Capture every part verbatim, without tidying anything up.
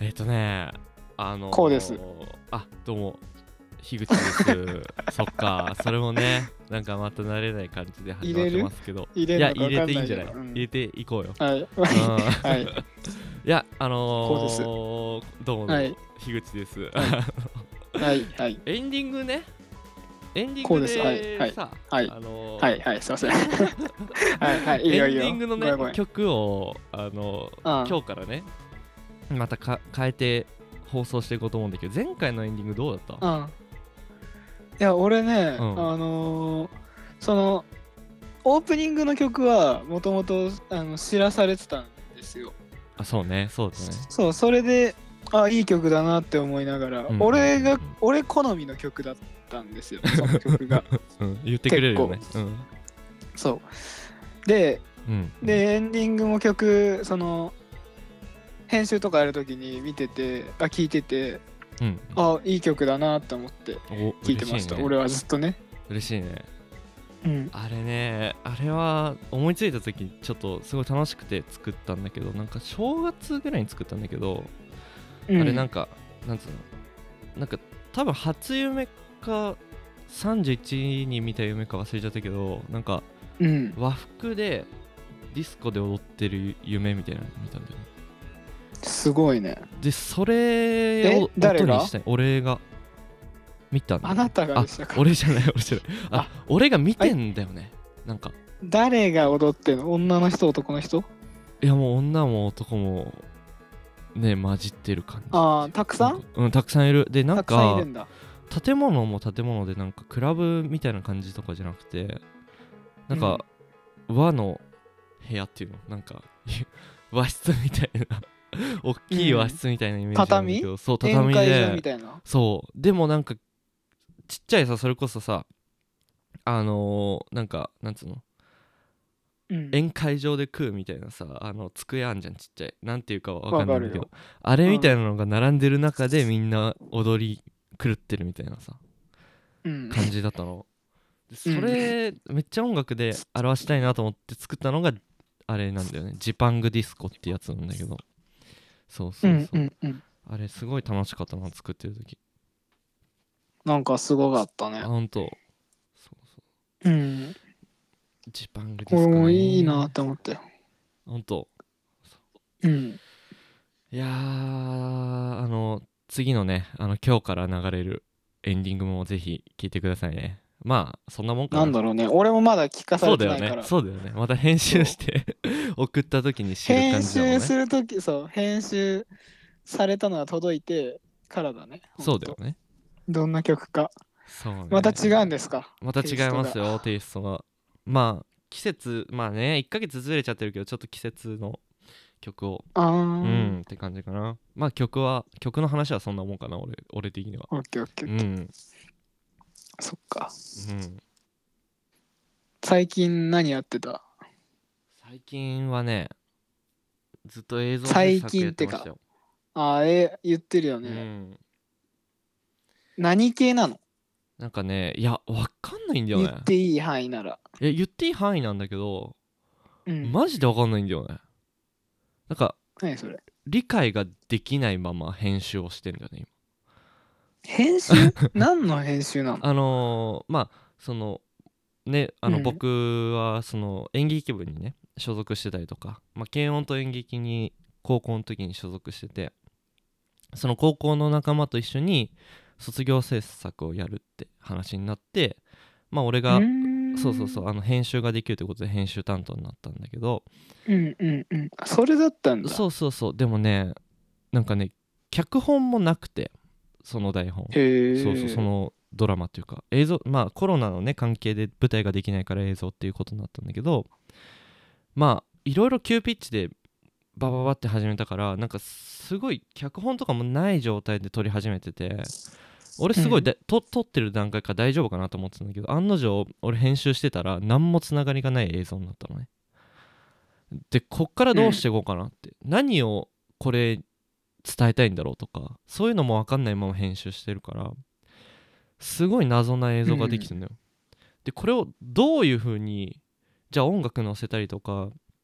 えっとねあのー、 こうです。 あどうも樋口ですそっかそれもねなんかまた慣れない感じで始まってますけど、 入れるいや入れんのか分かん入れていいんじゃない、 ないけど、うん、 入れていこうよ。 はいはいいやあこうです。 のー、どうもどうも、 はい、 樋口です、 はいはいはいエンディングねエンディングこうです。はいではいさ、 はいあのー、 はいはいすいませんはいはいいいエンよいいよディングのねごめんごめん曲をあのうん今日からねまたか変えて放送していこうと思うんだけど、前回のエンディングどうだった？ うんいや俺ね、 うんあのー、そのオープニングの曲はもともと知らされてたんですよ。 あそうねそうだねそうそれであいい曲だなって思いながら、 うん俺が俺好みの曲だったんですよその曲がうん、言ってくれるよね。うんそうで、 うんでエンディングも曲その編集とかやるときに見ててあ聞いてて、 うん、 あいい曲だなと思ってお聞いてました、 ね、 俺はずっとね。 嬉しいね、 うん、 あれねあれは思いついた時ちょっとすごい楽しくて作ったんだけど、なんか正月ぐらいに作ったんだけど、うん、あれなんかなんつうのなんか多分初夢かさんじゅういちに見た夢か忘れちゃったけど、なんか、うん、和服でディスコで踊ってる夢みたいなの見たんだよね。 すごいね。 でそれを音にしたい。俺が見たんだ。 あなたがでしたか？ あ俺じゃない俺じゃないああ俺が見てんだよね。なんか誰が踊ってんの？女の人男の人？ いやもう女も男もね混じってる感じ。 ああたくさん？ うんたくさんいる。でなんかたくさんいるんだ。建物も建物でなんかクラブみたいな感じとかじゃなくて、なんか、うん、和の部屋っていうのなんか和室みたいな大きい和室みたいなイメージなんだけど、うん、そう畳で宴会場みたいな。そうでもなんかちっちゃいさそれこそさあのー、なんかなんつうの、うん、宴会場で食うみたいなさあの机あんじゃんちっちゃいなんていうかわかんないんだけどあれみたいなのが並んでる中でみんな踊り狂ってるみたいなさ、うん、感じだったの。それ、うん、めっちゃ音楽で表したいなと思って作ったのがあれなんだよね。ジパングディスコってやつなんだけど、そうそうそう、うんうんうん、あれすごい楽しかったな作ってる時。 なんかすごかったね。 あほんとそうそう、うん、 ジパングディスコ、ね、 これもいいなって思ったよ。 ほんとうんいやーあの次のねあの今日から流れるエンディングもぜひ聴いてくださいね。まあそんなもんかな。 なんだろうね俺もまだ聞かされてないから。 そうだよねそうだよねまた編集して送った時に知る感じだもんね。 編集する時そう編集されたのが届いてからだね。 そうだよね。 どんな曲かそうね。 また違うんですか？ また違いますよテイストが。まあ季節まあねいっかげつずれちゃってるけどちょっと季節の曲をあうんって感じかな。まあ曲は曲の話はそんなもんかな俺俺的には。 オッケーオッケーオッケー、うん、そっか、うん、最近何やってた？ 最近はねずっと映像制作やってましたよ。 ああえ言ってるよね、うん、何系なの？ なんかねいやわかんないんだよね。 言っていい範囲なら。 いや言っていい範囲なんだけど、 うん、 マジでわかんないんだよね。なんか何それ理解ができないまま編集をしてんだよね今。 編集何の編集なの？ あのー、まあそのねあの、うん、僕はその演劇部にね所属してたりとか、まあ、軽音と演劇に高校の時に所属してて、その高校の仲間と一緒に卒業制作をやるって話になって、まあ俺がそうそうそうあの編集ができるということで編集担当になったんだけど、 うんうんうんそれだったんだ。 そうそうそうでもねなんかね脚本もなくてその台本そうそうそのドラマっていうか映像まあコロナのね関係で舞台ができないから映像っていうことになったんだけど、まあいろいろ急ピッチでバババって始めたからなんかすごい脚本とかもない状態で撮り始めてて、俺すごいで、うん、と撮ってる段階から大丈夫かなと思ってたんだけど、案の定俺編集してたら何もつながりがない映像になったのね。でこっからどうしていこうかなって、うん、何をこれ伝えたいんだろうとかそういうのも分かんないまま編集してるからすごい謎な映像ができてるんだよ、うん、でこれをどういう風にじゃあ音楽乗せたりとか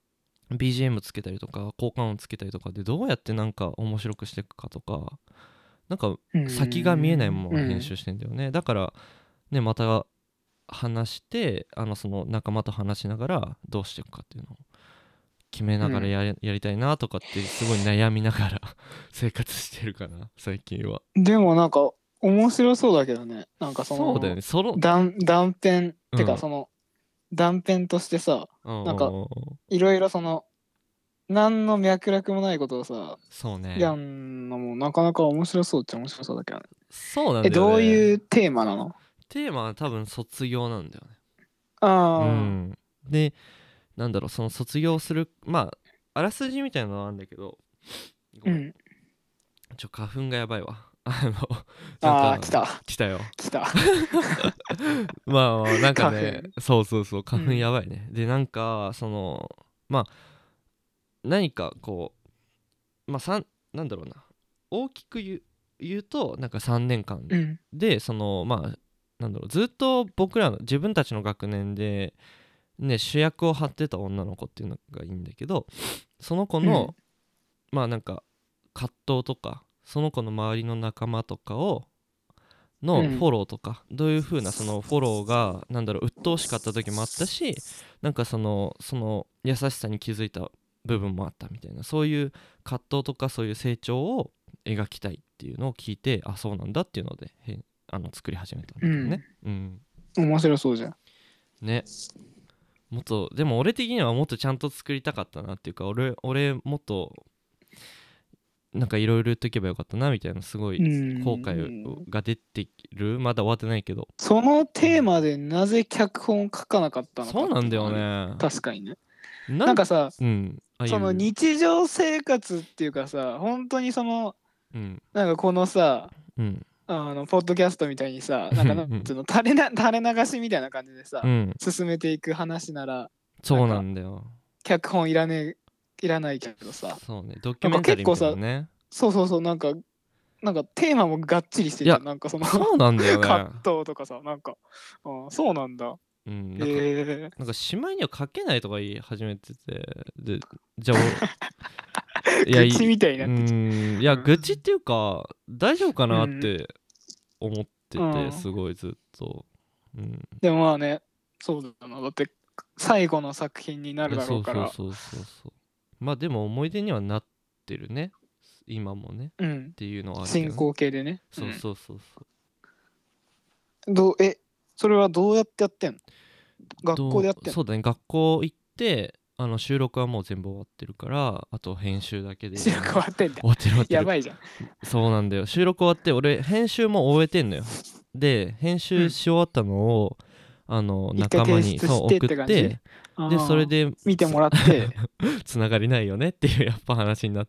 ビージーエム つけたりとか効果音つけたりとかでどうやってなんか面白くしていくかとか、なんか先が見えないまま編集してんだよね、うん、だからねまた話してあのその仲間と話しながらどうしていくかっていうのを決めながらや り,、うん、やりたいなとかってすごい悩みながら生活してるかな最近は。 でもなんか面白そうだけどね、なんかそのそうだよねその断, 断片、うん、てかその断片としてさ、 うん、 なんかいろいろその何の脈絡もないことをさ、 そうねやんのもなかなか面白そうっちゃ面白そうだけどね。 そうなんだよね。えどういうテーマなの？ テーマは多分卒業なんだよね。 ああ、 うん、でなんだろうその卒業するまああらすじみたいなのはあるんだけど、ごめん、うん、ちょ花粉がやばいわあのあー来た来たよ来たまあまあなんかねそうそうそう花粉やばいね、うん、でなんかそのまあ何かこうまあさんなんだろうな大きく言う、言うとなんかさんねんかんで、うん、そのまあなんだろうずっと僕らの自分たちの学年でね主役を張ってた女の子っていうのがいいんだけど、その子の、うん、まあなんか葛藤とかその子の周りの仲間とかをのフォローとか、うん、どういう風なそのフォローがなんだろう鬱陶しかった時もあったし、なんかそのその優しさに気づいた部分もあったみたいな、そういう葛藤とかそういう成長を描きたいっていうのを聞いて、あそうなんだっていうのでへあの作り始めたんだけどね、うんうん、面白そうじゃんね。もっとでも俺的にはもっとちゃんと作りたかったなっていうか、俺俺もっとなんかいろいろ言っとけばよかったなみたいなすごい後悔が出てる。まだ終わってないけど、 そのテーマでなぜ脚本書かなかったのか。 そうなんだよね。 確かにね。な, なんかさ、うん、その日常生活っていうかさ、本当にその、うん、なんかこのさ、うん、あのポッドキャストみたいにさ、なんかなんつうの垂れな垂れ流しみたいな感じでさ、うん、進めていく話なら、 そうなんだよ。 脚本いらねえいらないけどさ、 そうね、ドキュメンタリーみたいなね。 そうそうそう、なんかなんかテーマもがっちりしてる、なんかそのそうなんだよね。 葛藤とかさ、なんかあそうなんだ。 うん、なんか、えー、なんかしまいには書けないとか言い始めてて、でじゃあいや愚痴みたいになってきて、うんいや、うん、愚痴っていうか大丈夫かなって思ってて、うん、すごいずっと、うん、 でもまあね、そうだな、だって最後の作品になるだろうから。 そうそうそうそう、まあでも思い出にはなってるね今もね、うん、っていうのはあるけど、ね、 進行形でね。 そうそうそうそう、 うん、どうえそれはどうやってやってんの？学校でやってんの？ そうだね、学校行ってあの収録はもう全部終わってるから、あと編集だけで。 収録終わってんだ。 終わってる終わってる。 やばいじゃん。 そうなんだよ、収録終わって俺編集も終えてんのよ。で編集し終わったのを、うん、あの仲間にそう送って、でそれで見てもらってつながりないよねっていうやっぱ話になって、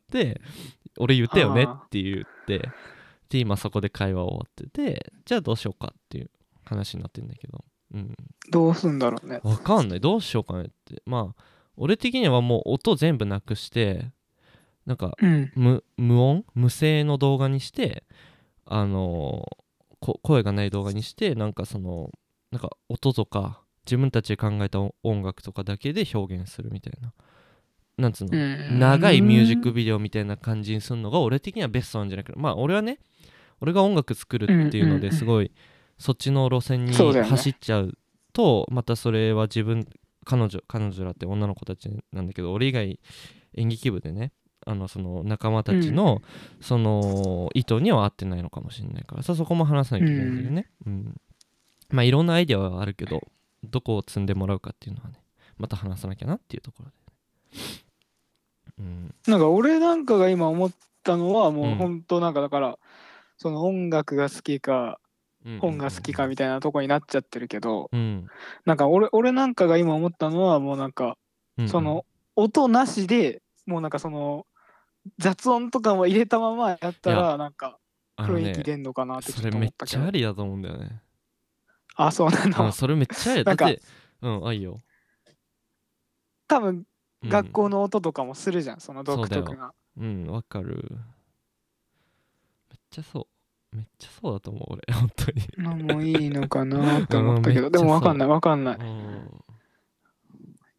俺言ったよねって言って、で今そこで会話終わってて、じゃあどうしようかっていう話になってんだけど、うん、 どうすんだろうね。 わかんない、どうしようかねって。まあ俺的にはもう音全部なくして、なんか、うん、無, 無音無声の動画にして、あのー、声がない動画にして、なんかそのなんか音とか自分たちで考えた音楽とかだけで表現するみたいな、なんつうの、う長いミュージックビデオみたいな感じにするのが俺的にはベストなんじゃないかな。まあ俺はね、俺が音楽作るっていうのですごい、うんうんうん、そっちの路線に走っちゃうと、またそれは自分彼女彼女らって女の子たちなんだけど、俺以外演劇部でね、あのその仲間たちの、うん、その意図には合ってないのかもしれないからさ、そこも話さなきゃいけないんだよね、うんうん、まあいろんなアイデアはあるけど、どこを積んでもらうかっていうのはね、また話さなきゃなっていうところで、 うん、なんか俺なんかが今思ったのはもう本当なんかだから、うん、その音楽が好きか本が好きかみたいなとこになっちゃってるけど、うん、なんか 俺, 俺なんかが今思ったのはもうなんか、うんうん、その音なしでもうなんかその雑音とかも入れたままやったらなんか雰囲気出んのかなってちょっと思ったけど、 それめっちゃありだと思うんだよね。 あ、そうなの。 うん、それめっちゃありだ。だってうんあいいよ。 多分学校の音とかもするじゃん、うん、その独特な。 うんわかる。めっちゃそうめっちゃそうだと思う俺本当に。 なんもいいのかなって思ったけど、うん、でもわかんないわかんない、うん、でも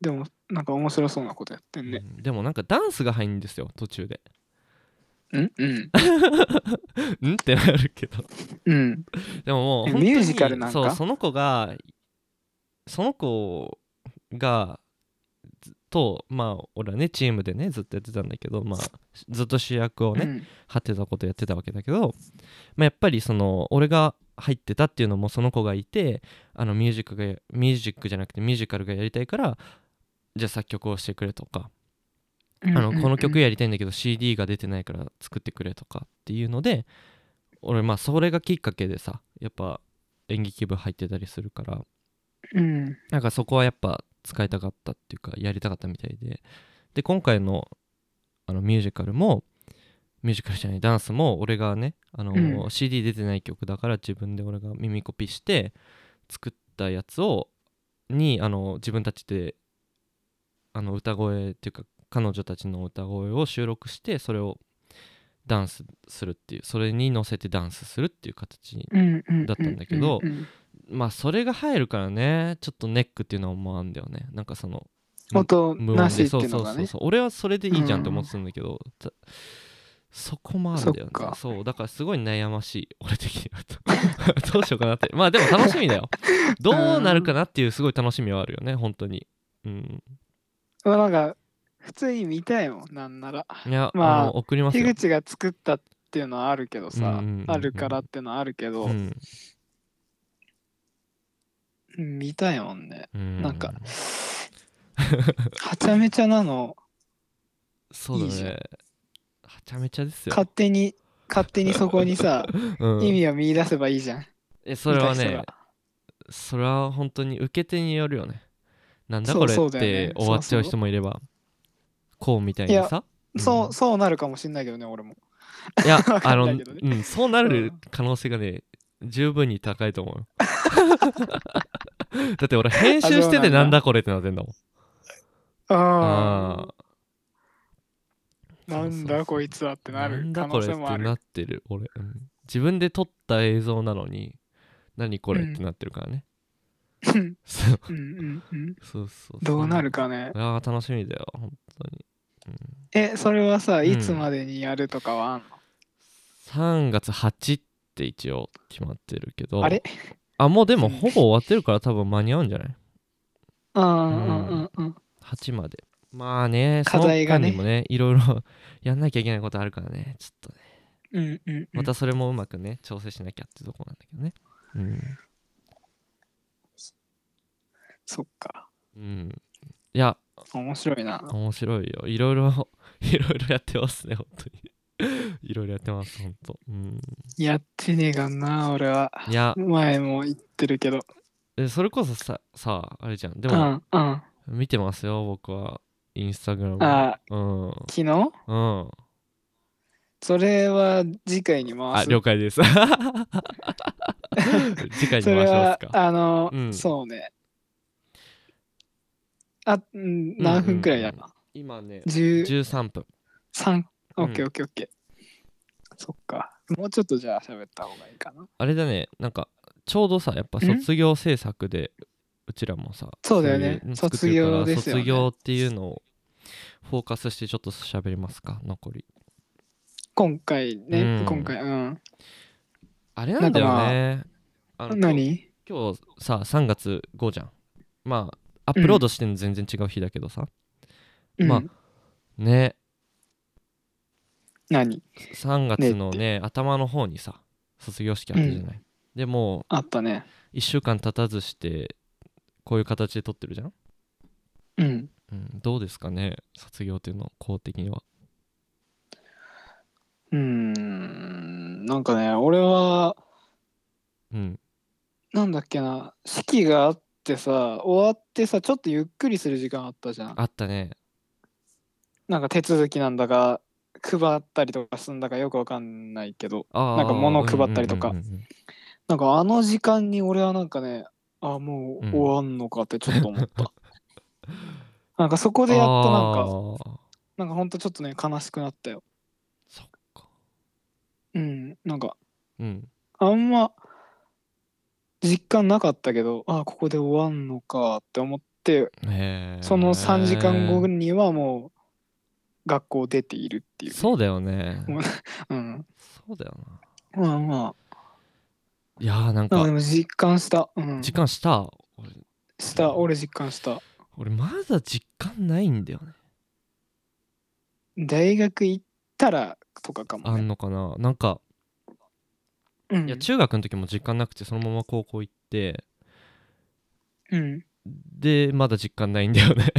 なんか面白そうなことやってんね。 うん、でもなんかダンスが入るんですよ途中で。 うんうんんってなるけどうんでももう本当ミュージカルになんかそうその子がその子がとまあ俺はねチームでねずっとやってたんだけど、まあずっと主役をね、 うん張ってたことやってたわけだけど、まあ、やっぱりその俺が入ってたっていうのもその子がいて、あのミュージックがミュージックじゃなくてミュージカルがやりたいからじゃあ作曲をしてくれとか、 うんあのこの曲ややりたいんだけど シーディー が出てないから作ってくれとかっていうので、俺まあそれがきっかけでさやっぱ演劇部入ってたりするから、 うんなんかそこはやっぱ使いたかったっていうかやりたかったみたいで、で今回のあのミュージカルもミュージカルじゃないダンスも俺がね、あのーうんシーディー 出てない曲だから自分で俺が耳コピして作ったやつをに、あのー自分たちであの歌声っていうか彼女たちの歌声を収録してそれをダンスするっていう、それに乗せてダンスするっていう形だったんだけど、まあそれが入るからねちょっとネックっていうのは思うんだよね。なんかその音なしってそういうのがね。 そうそうそう、俺はそれでいいじゃんって思ってたんだけど、たそこもあるんだよね。 そっかそうだからすごい悩ましい俺的にはとどうしようかなって。まあでも楽しみだよどうなるかなっていうすごい楽しみはあるよね本当に。うん、 まあなんか普通に見たいもんなんなら。 いや、 まああの送りますよ。 樋口が作ったっていうのはあるけどさ、 うんうんうんうん、 あるからっていうのはあるけど、 うん見たいもんね。 うん、 なんかはちゃめちゃなのそうだね、 いいじゃん。 はちゃめちゃですよ。 勝手に勝手にそこにさ、うん、意味を見出せばいいじゃん。 えそれはねそれは本当に受け手によるよね。なんだこれって終わっちゃう人もいれば、こうみたいにさ、 うん、そうそうなるかもしんないけどね俺も。 いやあの、ね、うんそうなる可能性がね、うん、十分に高いと思うよだって俺編集しててなんだこれってなってんだもん。 ああなんだこいつはってなる可能性もある。 なんだこれってなってる俺、うん、自分で撮った映像なのに何これってなってるからね、 うん、そううんうんうんそうそうどうなるかね。 ああ楽しみだよ本当に、 うん、えそれはさいつまでにやるとかはあんの？ さんがつはちって一応決まってるけど、 あれあもうでもほぼ終わってるから多分間に合うんじゃない？ うんうんうんうんはちまで。まあね課題がねその間にもねいろいろやんなきゃいけないことあるからねちょっとね、 うんうんうん、 またそれもうまくね調整しなきゃってとこなんだけどね。うんそっか。 うん。いや面白いな。 面白いよ。いろいろいろいろやってますね本当にいろいろやってます本当。うん。 やってねえがんな俺は。いや前も言ってるけど。 えそれこそささあれじゃん。でも、うんうん、見てますよ僕はインスタグラム。あ、うん。昨日？うん。 それは次回に回す。 あ了解です次回に回しますか。それはあの、うん、そうね。あ、うん、何分くらいだな、うんうんうん、 今ねじゅうさんぷん。 さんオッケーオッケーオッケー。そっか。もうちょっとじゃあ喋った方がいいかな。 あれだね、なんかちょうどさやっぱ卒業制作でうちらもさそうだよね、卒業ですよね。 卒業っていうのをフォーカスしてちょっと喋りますか残り。 今回ね、うん、今回うんあれなんだよね、 まあ、あの何今日ささんがつごじゃん。まあアップロードしてんの全然違う日だけどさ、うん、まあね何さんがつの ね, ね頭の方にさ卒業式あったじゃない、うん、でもあったねいっしゅうかん経たずしてこういう形で撮ってるじゃん、 うん、 うん、どうですかね卒業っていうの公的には。 うーんなんかね俺はうんなんだっけな式があってさ終わってさちょっとゆっくりする時間あったじゃん。 あったね。 なんか手続きなんだか配ったりとかすんだかよくわかんないけどなんか物を配ったりとか、うんうんうんうん、なんかあの時間に俺はなんかねあもう終わんのかってちょっと思った、うん、なんかそこでやっとなんかなんかほんとちょっとね悲しくなったよ。 そっか。 うんなんか、 うん、 あんま実感なかったけどあここで終わんのかって思ってそのさんじかんごにはもう学校出ているっていう、ね、 そうだよねうんそうだよなまあまあいやーなんかでも実感した、うん、 実感した俺した俺実感した俺まだ実感ないんだよね。 大学行ったらとかかもね。 あんのかななんか、うん、いや中学の時も実感なくてそのまま高校行ってうんでまだ実感ないんだよね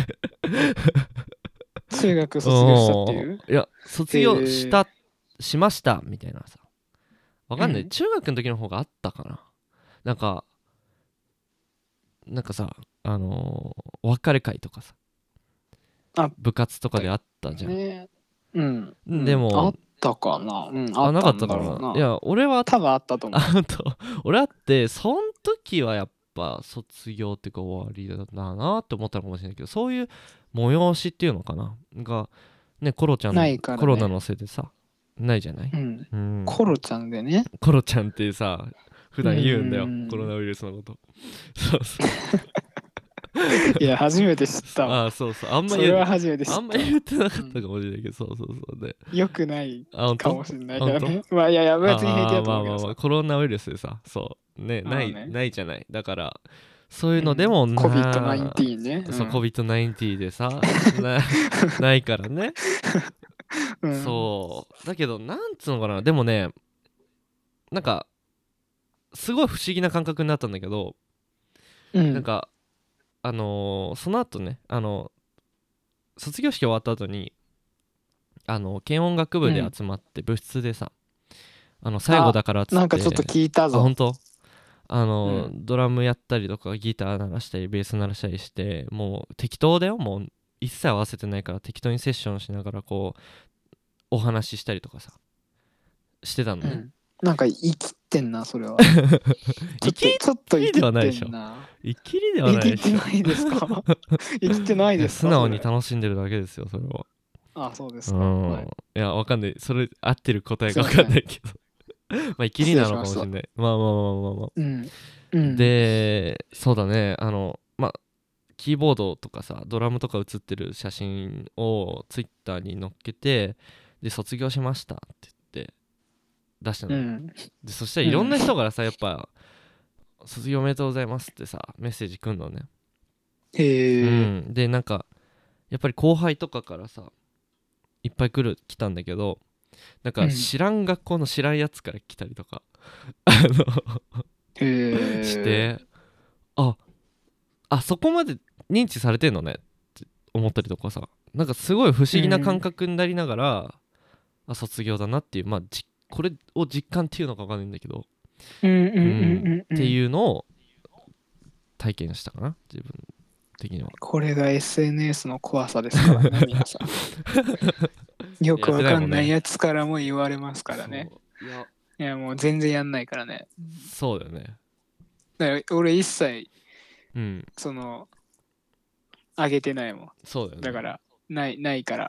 中学卒業したっていういや卒業したしましたみたいなさわかんない、うん、中学の時の方があったかななんかなんかさあのー、お別れ会とかさあ部活とかであったじゃん、ね、 うん、 でも、 うん、あったかな、うん、 あなかったかな。いや俺は多分あったと思う。 あと俺あってそん時はやっぱ卒業っていうか終わりだなって思ったのかもしれないけどそういう催しっていうのかながねコロちゃんの、ね、コロナのせいでさないじゃない、 うんうん、コロちゃんでねコロちゃんってさ普段言うんだよコロナウイルスのことそうそういや初めて知ったわ。 ああそうそうあんま言う初めて知ったあんま言ってなかったかもしれないけど、うん、そうそうそうでよくないかもしれないけどね。まあいやいや別に平気だと思うけどさ。まあまあまあコロナウイルスでさそうねない、ね、ないじゃないだからそういうのでもな、うん、 コビッドナインティーン ね、 そう、うん、コビッドナインティーン でさな, ないからね、うん、そうだけどなんつうのかなでもねなんかすごい不思議な感覚になったんだけど、うん、なんかあのー、その後ねあの卒業式終わった後にあの軽音楽部で集まって部室でさ、うん、あの最後だからっつってなんかちょっと聞いたぞ。 あ本当あの、うん、ドラムやったりとかギター鳴らしたりベース鳴らしたりしてもう適当だよもう一切合わせてないから適当にセッションしながらこうお話ししたりとかさしてたのね、うん、 なんか生きってんなそれは生きちょっと生きではないでしょ生きりではないでしょ生きてないですか生きてないですか素直に楽しんでるだけですよそれは。 あそうですか、うんはい、 いやわかんないそれ合ってる答えがわかんないけどまあ生きりなのかもしれないまあまあまあまあまあ、 うんうん、 でそうだねあのまあキーボードとかさドラムとか写ってる写真をツイッターに載っけてで卒業しましたって言って出したの、うん、でそしたらいろんな人からさやっぱ卒業おめでとうございますってさメッセージ来んのねへえ、 うん、でなんかやっぱり後輩とかからさいっぱい来る来たんだけどなんか知らん学校の知らんやつから来たりとか、うん、あのしてああそこまで認知されてんのねって思ったりとかさなんかすごい不思議な感覚になりながら、うん、あ卒業だなっていうまあじこれを実感っていうのか分かんないんだけどっていうのを体験したかな自分的には。 これが エスエヌエス の怖さですからね皆さんよくわかんないやつからも言われますからね。いやいやもう全然やんないからね。 そうだよね。 だから俺一切、 うん、 そのあげてないもん。 そうだよね。 だからないないから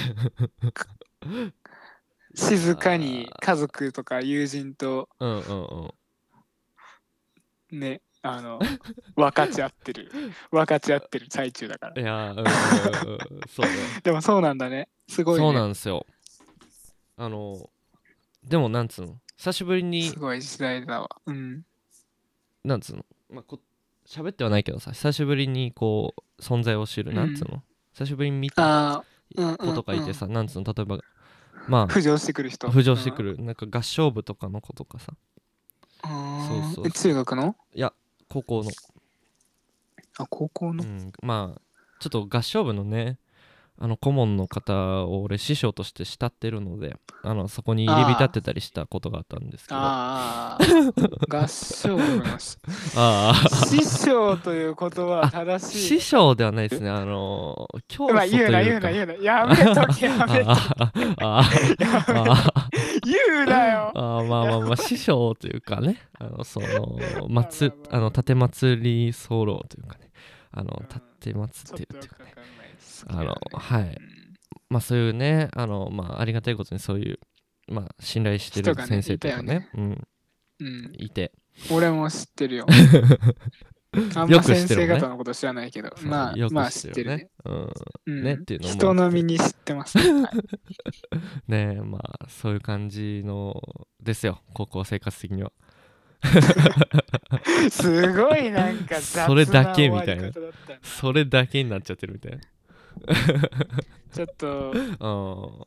静かに家族とか友人と、 うんうんうん、ねあの分かち合ってる分かち合ってる最中だから。 いやうんうんうんそうね。 でもそうなんだねすごいね。 そうなんですよ。あのでもなんつうの久しぶりにすごい時代だわ。うんなんつうのまあこ喋ってはないけどさ久しぶりにこう存在を知る、うん、なんつうの久しぶりに見た子とかいてさ、うんうんうん、なんつうの例えばまあ浮上してくる人浮上してくる、うん、なんか合唱部とかの子とかさあそうそうそう中学のいや高校のあ高校の、 うん、まあちょっと合唱部のねあの顧問の方を俺師匠として慕ってるのであのそこに入り浸ってたりしたことがあったんですけどああ合唱部のあ師匠という言葉は正しい師匠ではないですねあの教祖というか、まあ、 言うな言うな言うなやめとけやめとけ言うなよあまあまあまあ師匠というかねあのその祭あの盾祭り候というかねあの盾祭ってるっていうかねあのはい、うん、まあそういうねあのまあありがたいことにそういうまあ信頼してる先生とかね、ねうん、うん、いて俺も知ってるよあんま先生方のこと知らないけど、まあ、まあ知ってるね。 うん。ねっていうのも。 人並みに知ってますね。はい、 ねえ、まあ、そういう感じのですよ、高校生活的には。 すごいなんか雑なそれだけみ終わりたいな。 方だったな。 それだけになっちゃってるみたいな。 ちょっと、 うん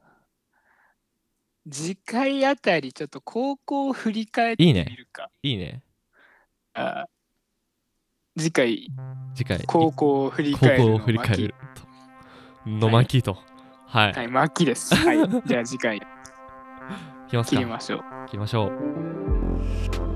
次回あたりちょっと高校を振り返ってみるか。 いいね。いいね。 あ次回、 次回高校を振り返るの高校を振り返るとの巻と。はい。 はい、巻です。はい。じゃあ次回、切りましょう。 切りましょう。